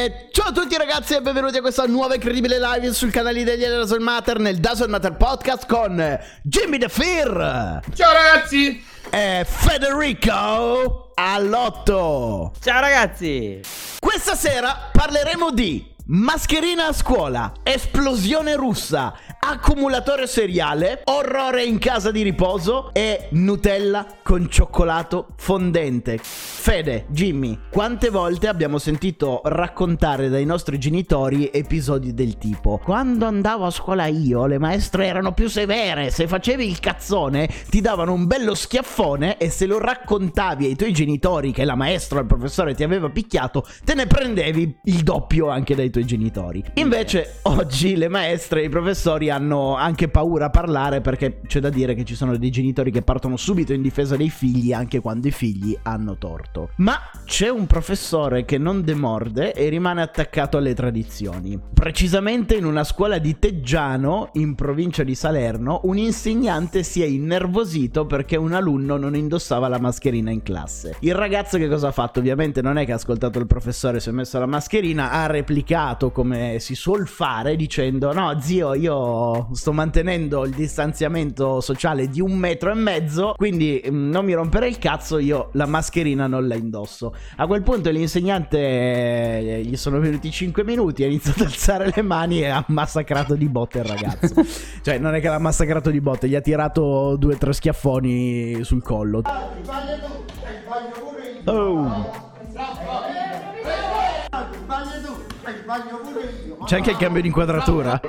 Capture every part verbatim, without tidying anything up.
E ciao a tutti ragazzi e benvenuti a questa nuova incredibile live sul canale degli Dazzle Matter, nel Dazzle Matter Podcast con Jimmy The Fear. Ciao ragazzi. E Federico Allotto. Ciao ragazzi. Questa sera parleremo di mascherina a scuola, esplosione russa, accumulatore seriale, orrore in casa di riposo e Nutella con cioccolato fondente. Fede, Jimmy, quante volte abbiamo sentito raccontare dai nostri genitori episodi del tipo: quando andavo a scuola io, le maestre erano più severe, se facevi il cazzone ti davano un bello schiaffone e se lo raccontavi ai tuoi genitori che la maestra o il professore ti aveva picchiato, te ne prendevi il doppio anche dai tuoi genitori. Invece oggi le maestre e i professori hanno anche paura a parlare, perché c'è da dire che ci sono dei genitori che partono subito in difesa dei figli anche quando i figli hanno torto. Ma c'è un professore che non demorde e rimane attaccato alle tradizioni. Precisamente in una scuola di Teggiano, in provincia di Salerno, un insegnante si è innervosito perché un alunno non indossava la mascherina in classe. Il ragazzo che cosa ha fatto? Ovviamente non è che ha ascoltato il professore, si è messo la mascherina, ha replicato come si suol fare dicendo: no zio, io sto mantenendo il distanziamento sociale di un metro e mezzo, quindi mh, non mi rompere il cazzo, io la mascherina non la indosso. A quel punto l'insegnante eh, gli sono venuti cinque minuti, ha iniziato ad alzare le mani e ha massacrato di botte il ragazzo. Cioè non è che l'ha massacrato di botte, gli ha tirato due o tre schiaffoni sul collo. Oh. C'è anche il cambio di inquadratura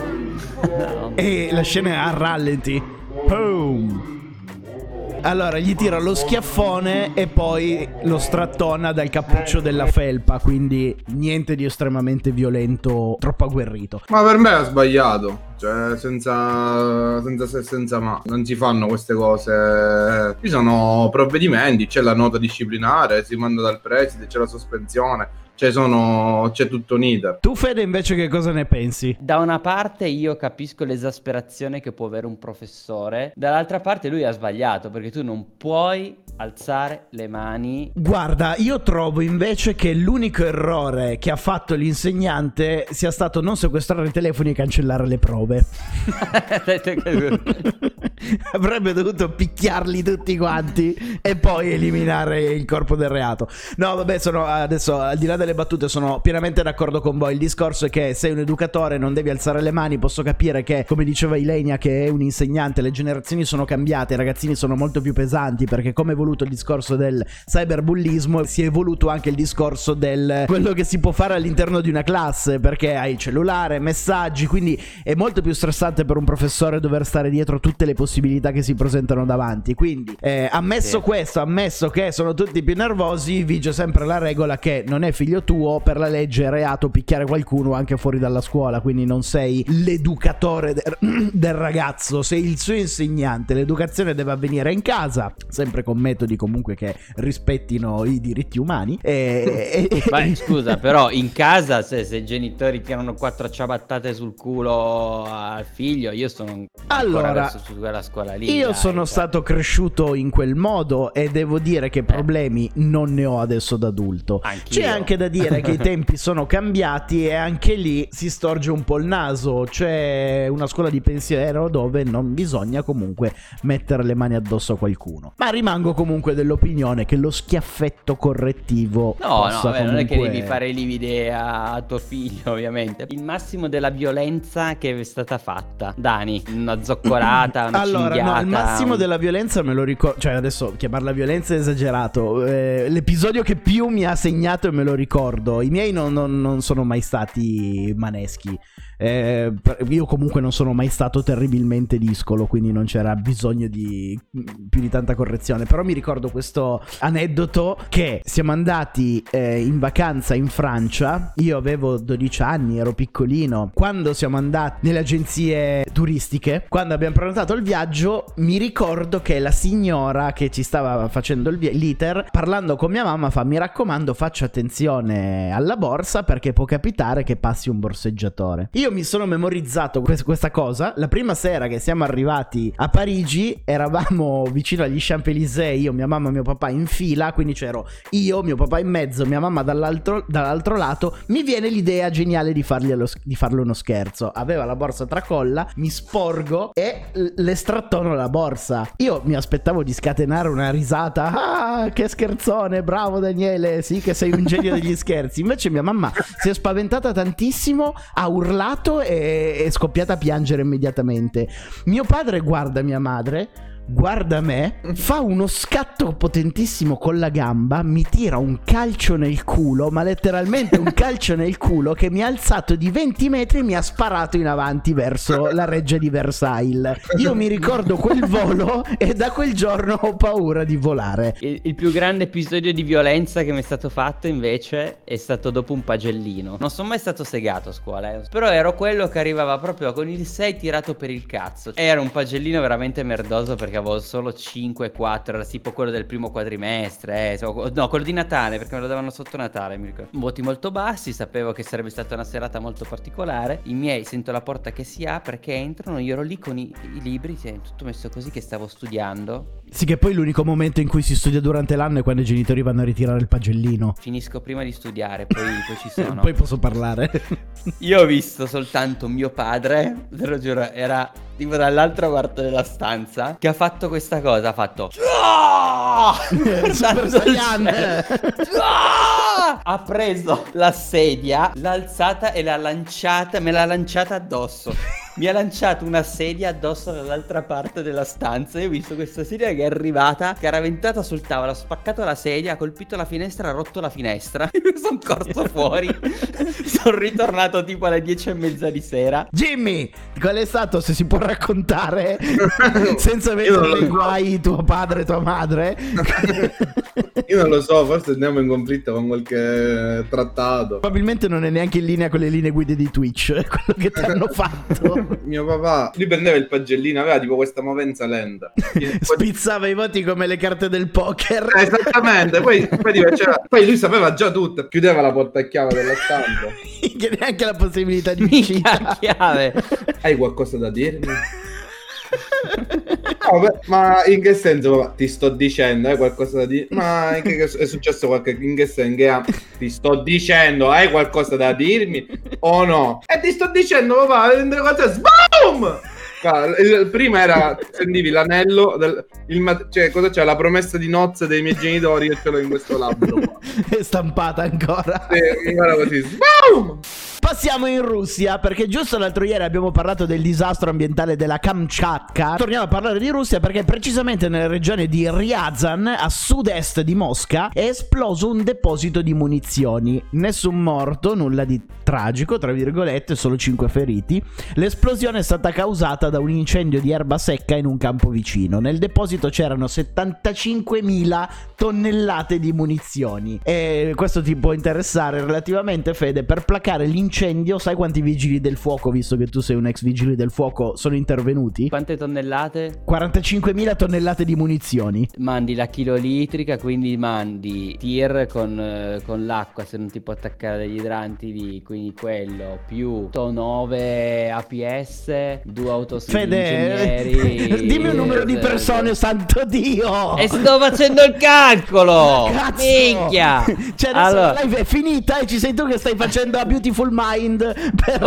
e la scena è a rallenti. Boom. Allora gli tira lo schiaffone e poi lo strattona dal cappuccio della felpa, quindi niente di estremamente violento, troppo agguerrito. Ma per me ha sbagliato. Cioè senza senza se senza ma non si fanno queste cose. Ci sono provvedimenti, c'è la nota disciplinare, si manda dal preside, c'è la sospensione. Cioè sono c'è tutto un iter. Tu Fede invece che cosa ne pensi? Da una parte io capisco l'esasperazione che può avere un professore, dall'altra parte lui ha sbagliato, perché tu non puoi alzare le mani. Guarda, io trovo invece che l'unico errore che ha fatto l'insegnante sia stato non sequestrare i telefoni e cancellare le prove. Avrebbe dovuto picchiarli tutti quanti e poi eliminare il corpo del reato. No vabbè, sono adesso, al di là delle battute, sono pienamente d'accordo con voi. Il discorso è che sei un educatore, non devi alzare le mani. Posso capire che, come diceva Ilenia, che è un insegnante, le generazioni sono cambiate, i ragazzini sono molto più pesanti, perché come è evoluto il discorso del cyberbullismo, si è evoluto anche il discorso del quello che si può fare all'interno di una classe, perché hai il cellulare, messaggi, quindi è molto più stressante per un professore dover stare dietro tutte le possibilità che si presentano davanti. Quindi eh, ammesso sì. questo, ammesso che sono tutti più nervosi, vige sempre la regola che non è figlio tuo, per la legge è reato picchiare qualcuno anche fuori dalla scuola, quindi non sei l'educatore de- del ragazzo, sei il suo insegnante. L'educazione deve avvenire in casa, sempre con metodi comunque che rispettino i diritti umani e, e... Beh, scusa, però in casa se, se i genitori tirano quattro ciabattate sul culo al figlio, io sono allora su quella scuola lì. Io dai, sono cioè. stato cresciuto in quel modo e devo dire che problemi eh. non ne ho adesso da adulto. Anch'io. C'è anche da dire che i tempi sono cambiati e anche lì si storge un po' il naso. C'è una scuola di pensiero dove non bisogna comunque mettere le mani addosso a qualcuno, ma rimango comunque dell'opinione che lo schiaffetto correttivo no possa no vabbè, comunque... non è che devi fare livide a tuo figlio, ovviamente. Il massimo della violenza che è stata fatta, Dani, una zoccolata, una allora cinghiata, no, il massimo un... della violenza me lo ricordo, cioè adesso chiamarla violenza è esagerato. eh, l'episodio che più mi ha segnato e me lo ricordo, i miei non, non, non sono mai stati maneschi. Eh, io comunque non sono mai stato terribilmente discolo, quindi non c'era bisogno di più di tanta correzione. Però mi ricordo questo aneddoto che siamo andati eh, in vacanza in Francia. Io avevo dodici anni, ero piccolino. Quando siamo andati nelle agenzie turistiche, quando abbiamo prenotato il viaggio, mi ricordo che la signora che ci stava facendo il vi- l'iter, parlando con mia mamma, fa: mi raccomando, faccia attenzione alla borsa perché può capitare che passi un borseggiatore. Io mi sono memorizzato quest- questa cosa. La prima sera che siamo arrivati a Parigi eravamo vicino agli Champs-Élysées, io, mia mamma e mio papà in fila, quindi c'ero io, mio papà in mezzo, mia mamma dall'altro, dall'altro lato. Mi viene l'idea geniale di, fargli lo, di farle uno scherzo. Aveva la borsa tracolla, mi sporgo e l- le strattono la borsa. Io mi aspettavo di scatenare una risata. Ah, che scherzone, bravo Daniele, sì che sei un genio degli scherzi. Invece mia mamma si è spaventata tantissimo, ha urlato e è scoppiata a piangere immediatamente. Mio padre guarda mia madre, guarda me, fa uno scatto potentissimo con la gamba, mi tira un calcio nel culo, ma letteralmente un calcio nel culo che mi ha alzato di venti metri e mi ha sparato in avanti verso la reggia di Versailles. Io mi ricordo quel volo e da quel giorno ho paura di volare. Il, il più grande episodio di violenza che mi è stato fatto invece è stato dopo un pagellino. Non sono mai stato segato a scuola, eh. Però ero quello che arrivava proprio con il sei tirato per il cazzo. Era un pagellino veramente merdoso perché avevo solo cinque quattro, era tipo quello del primo quadrimestre, eh. No, quello di Natale, perché me lo davano sotto Natale, mi ricordo. Voti molto bassi, sapevo che sarebbe stata una serata molto particolare. I miei, sento la porta che si apre, che entrano, io ero lì con i, i libri, tutto messo così che stavo studiando. Sì, che poi l'unico momento in cui si studia durante l'anno è quando i genitori vanno a ritirare il pagellino. Finisco prima di studiare, poi, poi ci sono. Poi posso parlare. Io ho visto soltanto mio padre, te lo giuro, era tipo dall'altra parte della stanza, che ha fatto questa cosa, ha fatto Super Saiyan. ha preso la sedia, l'ha alzata e l'ha lanciata, me l'ha lanciata addosso. Mi ha lanciato una sedia addosso dall'altra parte della stanza. Io ho visto questa sedia che è arrivata, che era ventata sul tavolo, ha spaccato la sedia, ha colpito la finestra, ha rotto la finestra. Io sono corso fuori. Sono ritornato tipo alle dieci e mezza di sera. Jimmy, qual è stato, se si può raccontare, senza mettere nei guai tuo padre e tua madre? Io non lo so, forse andiamo in conflitto con qualche trattato. Probabilmente non è neanche in linea con le linee guida di Twitch, quello che ti hanno fatto. Mio papà, lui prendeva il pagellino, aveva tipo questa movenza lenta. Spizzava i voti come le carte del poker. Eh, esattamente, poi, poi, faceva, poi lui sapeva già tutto, chiudeva la porta a chiave della stanza. Che neanche la possibilità di Minchia uscita. chiave. Hai qualcosa da dirmi? No, beh, ma in che senso, papà? Ti sto dicendo, hai qualcosa da dire? Ma in che, è successo qualche, in che senso? In che, ti sto dicendo, hai qualcosa da dirmi o no? E ti sto dicendo, papà, sboom! Prima era, sentivi l'anello del, il, cioè cosa c'è, la promessa di nozze dei miei genitori, io ce l'ho in questo labbro qua. È stampata ancora. Sì, guarda così, sboom! Passiamo in Russia, perché giusto l'altro ieri abbiamo parlato del disastro ambientale della Kamchatka. Torniamo a parlare di Russia perché precisamente nella regione di Ryazan, a sud-est di Mosca, è esploso un deposito di munizioni. Nessun morto, nulla di tragico, tra virgolette, solo cinque feriti. L'esplosione è stata causata da un incendio di erba secca in un campo vicino. Nel deposito c'erano settantacinquemila tonnellate di munizioni. E questo ti può interessare relativamente, Fede, per placare l'incendio. Sai quanti vigili del fuoco, visto che tu sei un ex vigile del fuoco, sono intervenuti? Quante tonnellate? quarantacinquemila tonnellate di munizioni. Mandi la chilolitrica, quindi mandi tir con, eh, con l'acqua se non ti può attaccare degli idranti di, quindi quello, più nove A P S, due autosili ingegneri. Dimmi un numero di persone, santo Dio! E sto facendo il calcolo! Cazzo! Minchia! Cioè adesso Allora... la live è finita e ci sei tu che stai facendo a Beautiful Mind per...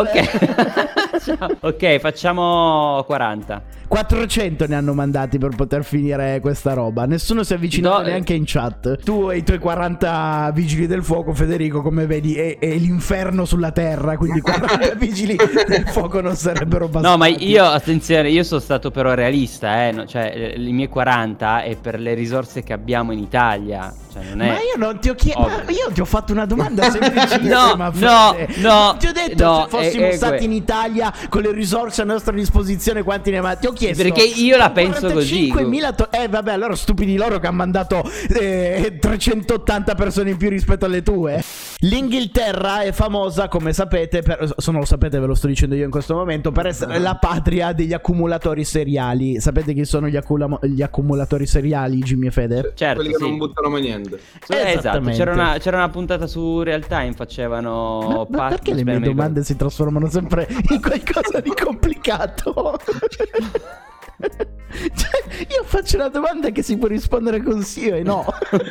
Ok. Ok, facciamo quaranta. quattrocento ne hanno mandati per poter finire questa roba. Nessuno si è avvicinato No, neanche in chat. Tu e i tuoi quaranta vigili del fuoco, Federico, come vedi è, è l'inferno sulla terra, quindi quaranta vigili del fuoco non sarebbero bastati. No, ma io, attenzione, io sono stato però realista, eh, no, cioè i miei quaranta è per le risorse che abbiamo in Italia, cioè non è... Ma io non ti ho chiesto, io ti ho fatto una domanda semplicissima. No, Fede. no, no. Non ti ho detto no, se fossimo è, è stati que- in Italia con le risorse a nostra disposizione quanti ne avevamo. Ti ho chiesto perché io la penso così. quarantacinquemila to- eh vabbè, allora stupidi loro che hanno mandato eh, trecentottanta persone in più rispetto alle tue. L'Inghilterra è famosa, come sapete, per, se non lo sapete ve lo sto dicendo io in questo momento, per essere la patria degli accumulatori seriali. Sapete chi sono gli, accula- gli accumulatori seriali, Jimmy e Fede? Certo, Quelli che sì. non buttano mai niente. Esatto, c'era una, c'era una puntata su Real Time, facevano... Ma, ma perché le mie domande si trasformano sempre in qualcosa di complicato? Cioè, io faccio una domanda che si può rispondere con sì e no.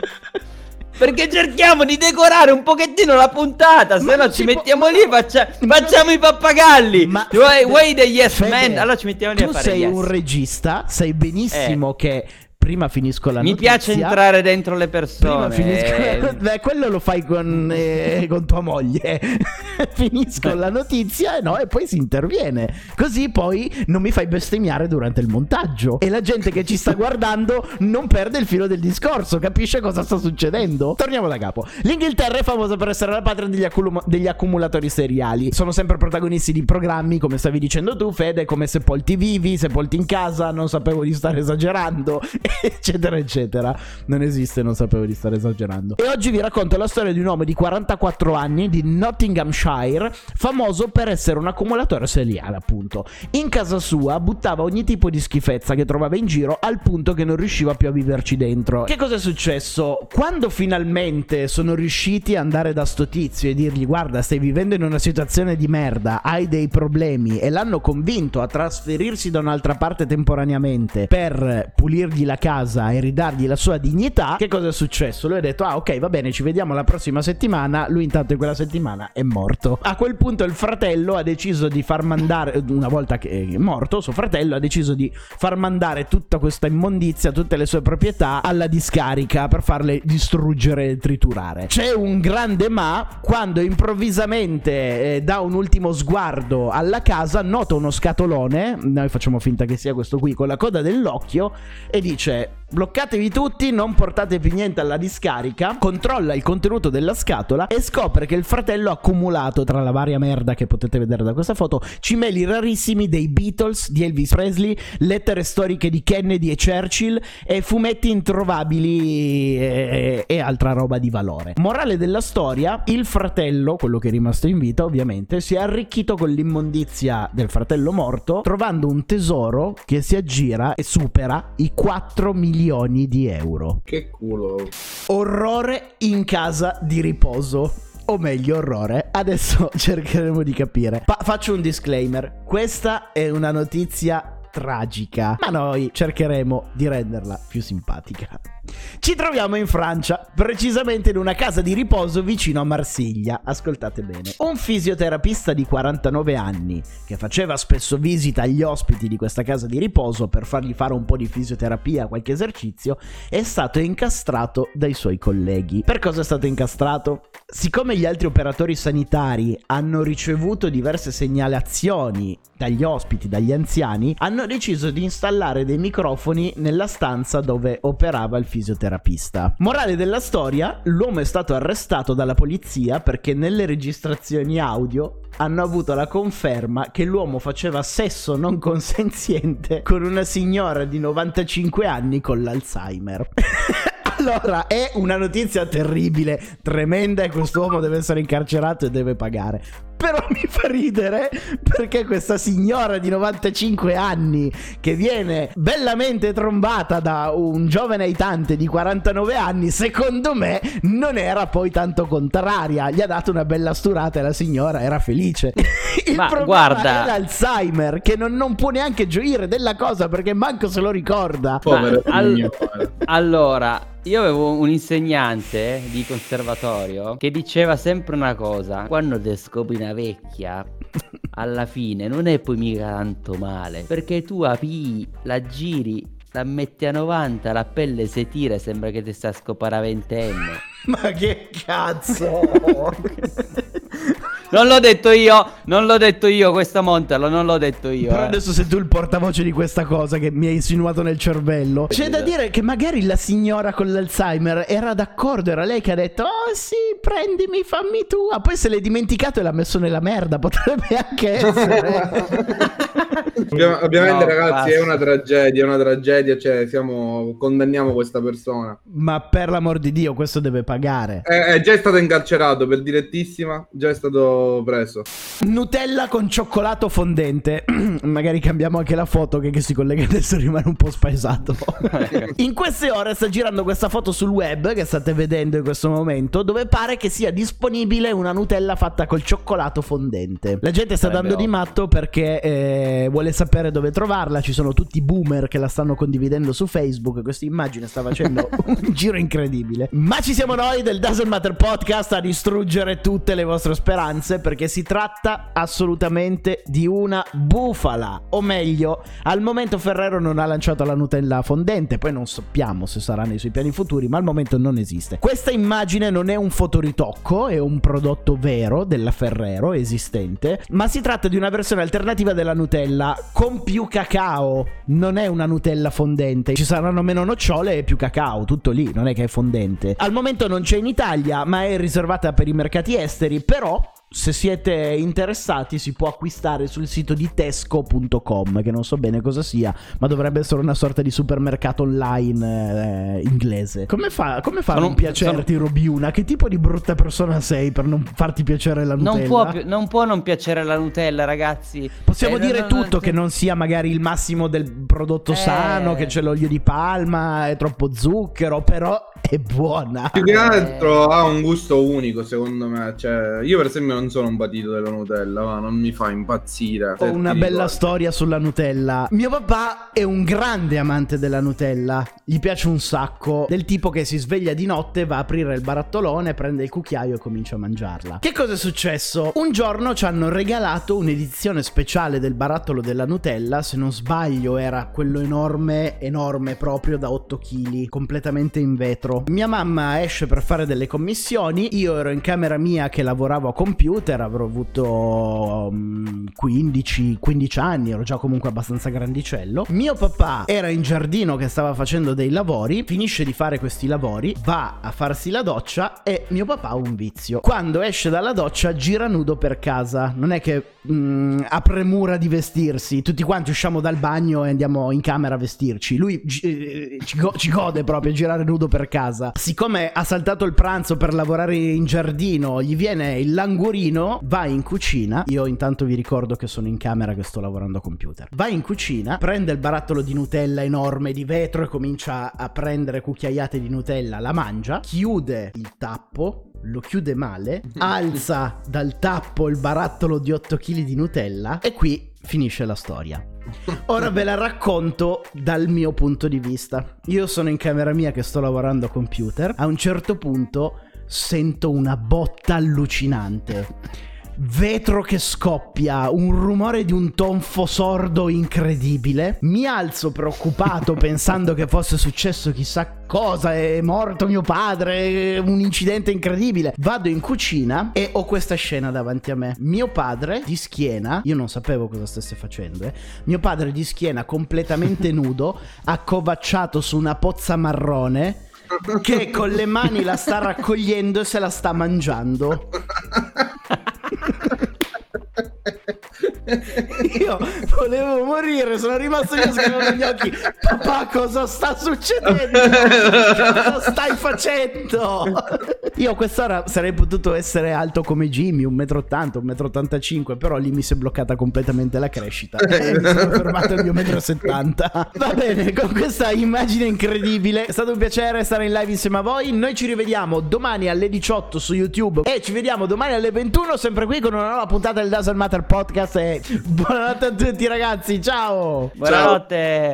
Perché cerchiamo di decorare un pochettino la puntata, se no ci mettiamo può... lì e faccia... facciamo i pappagalli. Ma vuoi, Fede, vuoi degli yes Fede, man? Allora ci mettiamo lì a fare Tu sei yes. un regista, sai benissimo eh. che... Prima finisco la Mi notizia. piace entrare dentro le persone. Prima finisco... Beh, quello lo fai con, eh, con tua moglie. Finisco Beh. la notizia e no, e poi si interviene. Così poi non mi fai bestemmiare durante il montaggio. E la gente che ci sta guardando non perde il filo del discorso, capisce cosa sta succedendo. Torniamo da capo. L'Inghilterra è famosa per essere la patria degli, accum- degli accumulatori seriali. Sono sempre protagonisti di programmi, come stavi dicendo tu, Fede, come Sepolti vivi, Sepolti in casa, non sapevo di stare esagerando, eccetera eccetera. Non esiste, non sapevo di stare esagerando. E oggi vi racconto la storia di un uomo di quarantaquattro anni di Nottinghamshire, famoso per essere un accumulatore seriale, appunto. In casa sua buttava ogni tipo di schifezza che trovava in giro, al punto che non riusciva più a viverci dentro. Che cosa è successo? Quando finalmente sono riusciti ad andare da sto tizio e dirgli: guarda, stai vivendo in una situazione di merda, hai dei problemi, e l'hanno convinto a trasferirsi da un'altra parte temporaneamente per pulirgli la casa e ridargli la sua dignità, che cosa è successo? Lui ha detto: ah, ok, va bene, ci vediamo la prossima settimana. Lui intanto in quella settimana è morto. A quel punto il fratello ha deciso di far mandare, una volta che è morto suo fratello, ha deciso di far mandare tutta questa immondizia, tutte le sue proprietà alla discarica per farle distruggere e triturare. C'è un grande ma quando improvvisamente eh, dà un ultimo sguardo alla casa, nota uno scatolone, noi facciamo finta che sia questo qui con la coda dell'occhio, e dice: bloccatevi tutti, non portate più niente alla discarica. Controlla il contenuto della scatola e scopre che il fratello ha accumulato, tra la varia merda che potete vedere da questa foto, cimeli rarissimi dei Beatles, di Elvis Presley, lettere storiche di Kennedy e Churchill e fumetti introvabili e, e altra roba di valore. Morale della storia: il fratello, quello che è rimasto in vita ovviamente, si è arricchito con l'immondizia del fratello morto, trovando un tesoro che si aggira e supera i quattro milioni di euro. Che culo. Orrore in casa di riposo. O meglio, orrore. Adesso cercheremo di capire. Fa- faccio un disclaimer. Questa è una notizia tragica, ma noi cercheremo di renderla più simpatica. Ci troviamo in Francia, precisamente in una casa di riposo vicino a Marsiglia. Ascoltate bene. Un fisioterapista di quarantanove anni, che faceva spesso visita agli ospiti di questa casa di riposo per fargli fare un po' di fisioterapia, qualche esercizio, è stato incastrato dai suoi colleghi. Per cosa è stato incastrato? Siccome gli altri operatori sanitari hanno ricevuto diverse segnalazioni dagli ospiti, dagli anziani, hanno deciso di installare dei microfoni nella stanza dove operava il fisioterapista. Morale della storia: l'uomo è stato arrestato dalla polizia perché nelle registrazioni audio hanno avuto la conferma che l'uomo faceva sesso non consenziente con una signora di novantacinque anni con l'Alzheimer. Allora, è una notizia terribile, tremenda, e quest'uomo deve essere incarcerato e deve pagare. Però mi fa ridere perché questa signora di novantacinque anni, che viene bellamente trombata da un giovane aitante di quarantanove anni, secondo me non era poi tanto contraria. Gli ha dato una bella sturata e la signora era felice. Il Ma problema guarda, è l'Alzheimer, che non, non può neanche gioire della cosa perché manco se lo ricorda. Povero al- allora io avevo un insegnante di conservatorio che diceva sempre una cosa: quando te scopri una vecchia, alla fine non è poi mica tanto male, perché tu api, la giri, la metti a novanta, la pelle si tira e sembra che ti sta a scopare a ventenne. Ma che cazzo? Non l'ho detto io, non l'ho detto io, questo montalo, non l'ho detto io. Però eh. adesso sei tu il portavoce di questa cosa che mi hai insinuato nel cervello. C'è da dire che magari la signora con l'Alzheimer era d'accordo, era lei che ha detto: oh sì, prendimi, fammi tua. Poi se l'hai dimenticato e l'ha messo nella merda, potrebbe anche essere. Ovvi- ovviamente No, ragazzi basta. è una tragedia, è una tragedia, cioè siamo, condanniamo questa persona. Ma per l'amor di Dio, questo deve pagare. È, è già stato incarcerato per direttissima, già è stato preso. Nutella con cioccolato fondente. Magari cambiamo anche la foto che, che si collega adesso, rimane un po' spaesato. In queste ore sta girando questa foto sul web che state vedendo in questo momento, dove pare che sia disponibile una Nutella fatta col cioccolato fondente. La gente sta Sarebbe dando di ottimo. matto perché eh, vuole sapere dove trovarla. Ci sono tutti i boomer che la stanno condividendo su Facebook. Questa immagine sta facendo un giro incredibile. Ma ci siamo noi del Doesn't Matter Podcast a distruggere tutte le vostre speranze, perché si tratta assolutamente di una bufala. O meglio, al momento Ferrero non ha lanciato la Nutella fondente, poi non sappiamo se sarà nei suoi piani futuri, ma al momento non esiste. Questa immagine non è un fotoritocco, è un prodotto vero della Ferrero esistente, ma si tratta di una versione alternativa della Nutella con più cacao. Non è una Nutella fondente, ci saranno meno nocciole e più cacao, tutto lì, non è che è fondente. Al momento non c'è in Italia, ma è riservata per i mercati esteri, però se siete interessati si può acquistare sul sito di tesco punto com, che non so bene cosa sia, ma dovrebbe essere una sorta di supermercato online eh, inglese. Come fa, come fa a Sono- non piacerti, Robiuna? Che tipo di brutta persona sei per non farti piacere la Nutella? Non può, pi- non può non piacere la Nutella, ragazzi. Possiamo Eh, dire no, no, tutto, no, che non sia magari il massimo del prodotto Eh. sano, che c'è l'olio di palma, è troppo zucchero, però è buona. Più che altro ha un gusto unico secondo me, cioè io per esempio non sono un patito della Nutella, ma non mi fa impazzire. Ho Se una ti bella ricordi. storia sulla Nutella. Mio papà è un grande amante della Nutella, gli piace un sacco, del tipo che si sveglia di notte, va a aprire il barattolone, prende il cucchiaio e comincia a mangiarla. Che cosa è successo? Un giorno ci hanno regalato un'edizione speciale del barattolo della Nutella, se non sbaglio era quello enorme, enorme proprio da otto chili, completamente in vetro. Mia mamma esce per fare delle commissioni, io ero in camera mia che lavoravo a computer, avrò avuto um, quindici, quindici anni, ero già comunque abbastanza grandicello. Mio papà era in giardino che stava facendo dei lavori, finisce di fare questi lavori, va a farsi la doccia e mio papà ha un vizio. Quando esce dalla doccia gira nudo per casa, non è che mm, ha premura di vestirsi, tutti quanti usciamo dal bagno e andiamo in camera a vestirci, lui gi- ci, go- ci gode proprio a girare nudo per casa. Siccome ha saltato il pranzo per lavorare in giardino, gli viene il languorino, va in cucina, io intanto vi ricordo che sono in camera che sto lavorando a computer, va in cucina, prende il barattolo di Nutella enorme di vetro e comincia a prendere cucchiaiate di Nutella, la mangia, chiude il tappo, lo chiude male, alza dal tappo il barattolo di otto chili di Nutella e qui finisce la storia. Ora ve la racconto dal mio punto di vista. Io sono in camera mia che sto lavorando a computer, a un certo punto sento una botta allucinante. Vetro che scoppia, un rumore di un tonfo sordo incredibile. Mi alzo preoccupato pensando che fosse successo chissà cosa, è morto mio padre, un incidente incredibile. Vado in cucina e ho questa scena davanti a me. Mio padre di schiena, io non sapevo cosa stesse facendo, eh. Mio padre di schiena completamente nudo, accovacciato su una pozza marrone, che con le mani la sta raccogliendo e se la sta mangiando. Io volevo morire, sono rimasto lì a scrivere gli occhi. Papà, cosa sta succedendo? Cosa stai facendo? Io a quest'ora sarei potuto essere alto come Jimmy, un metro e ottanta, un metro e ottantacinque, però lì mi si è bloccata completamente la crescita e mi sono fermato al mio metro e settanta. Va bene, con questa immagine incredibile è stato un piacere stare in live insieme a voi. Noi ci rivediamo domani alle diciotto su YouTube e ci vediamo domani alle ventuno sempre qui con una nuova puntata del Doesn't Matter Podcast. E buonanotte a tutti ragazzi, ciao. Buonanotte.